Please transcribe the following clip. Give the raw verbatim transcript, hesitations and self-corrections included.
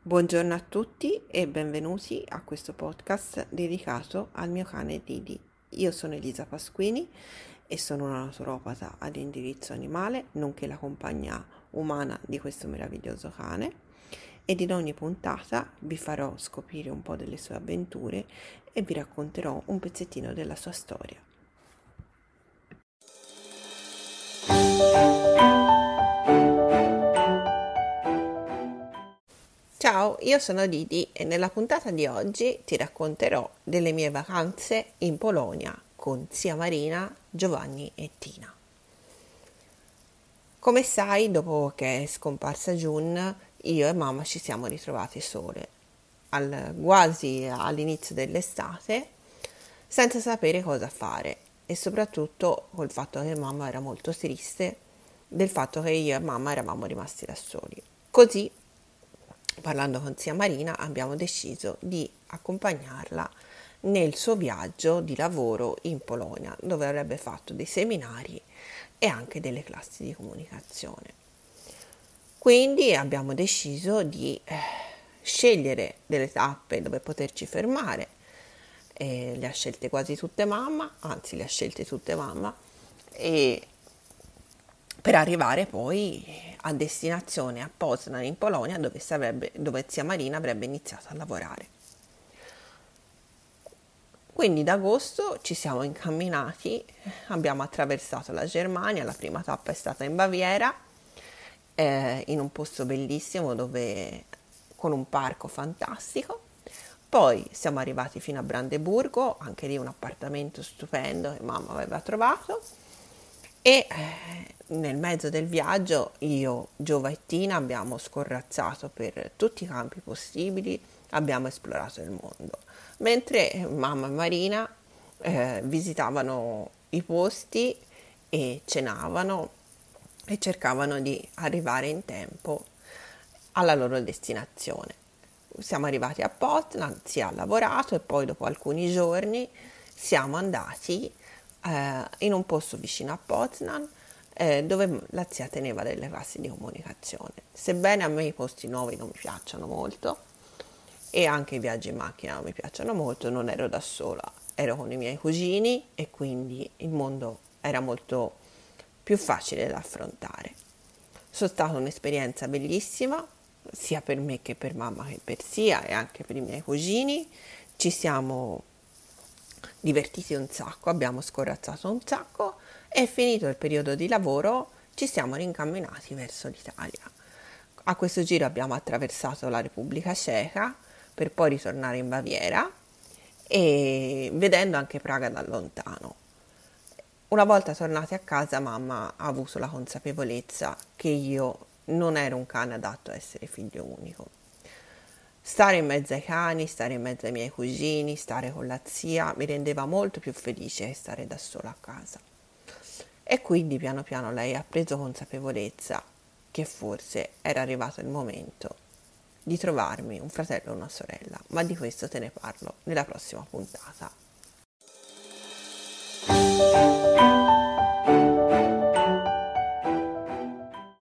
Buongiorno a tutti e benvenuti a questo podcast dedicato al mio cane Didi. Io sono Elisa Pasquini e sono una naturopata ad indirizzo animale, nonché la compagna umana di questo meraviglioso cane, ed in ogni puntata vi farò scoprire un po' delle sue avventure e vi racconterò un pezzettino della sua storia. Ciao, io sono Didi e nella puntata di oggi ti racconterò delle mie vacanze in Polonia con zia Marina, Giovanni e Tina. Come sai, dopo che è scomparsa June, io e mamma ci siamo ritrovate sole, al, quasi all'inizio dell'estate, senza sapere cosa fare e soprattutto col fatto che mamma era molto triste del fatto che io e mamma eravamo rimasti da soli. Così, parlando con zia Marina, abbiamo deciso di accompagnarla nel suo viaggio di lavoro in Polonia, dove avrebbe fatto dei seminari e anche delle classi di comunicazione. Quindi abbiamo deciso di eh, scegliere delle tappe dove poterci fermare. E le ha scelte quasi tutte mamma, anzi le ha scelte tutte mamma, e per arrivare poi a destinazione a Poznan in Polonia, dove, sarebbe, dove zia Marina avrebbe iniziato a lavorare. Quindi da agosto ci siamo incamminati, abbiamo attraversato la Germania, la prima tappa è stata in Baviera, eh, in un posto bellissimo dove, con un parco fantastico. Poi siamo arrivati fino a Brandeburgo, anche lì un appartamento stupendo che mamma aveva trovato. E eh, nel mezzo del viaggio io, Giova e Tina abbiamo scorrazzato per tutti i campi possibili, abbiamo esplorato il mondo, mentre mamma e Marina eh, visitavano i posti e cenavano e cercavano di arrivare in tempo alla loro destinazione. Siamo arrivati a Poznan, si è lavorato e poi dopo alcuni giorni siamo andati eh, in un posto vicino a Poznan eh, dove la zia teneva delle classi di comunicazione. Sebbene a me i posti nuovi non mi piacciono molto e anche i viaggi in macchina non mi piacciono molto, non ero da sola, ero con i miei cugini e quindi il mondo era molto più facile da affrontare. Sono stata un'esperienza bellissima, sia per me che per mamma che per zia e anche per i miei cugini. Ci siamo divertiti un sacco, abbiamo scorazzato un sacco e finito il periodo di lavoro ci siamo rincamminati verso l'Italia. A questo giro abbiamo attraversato la Repubblica Ceca per poi ritornare in Baviera e vedendo anche Praga da lontano. Una volta tornati a casa mamma ha avuto la consapevolezza che io non ero un cane adatto a essere figlio unico. Stare in mezzo ai cani, stare in mezzo ai miei cugini, stare con la zia mi rendeva molto più felice che stare da sola a casa. E quindi piano piano lei ha preso consapevolezza che forse era arrivato il momento di trovarmi un fratello o una sorella, ma di questo te ne parlo nella prossima puntata.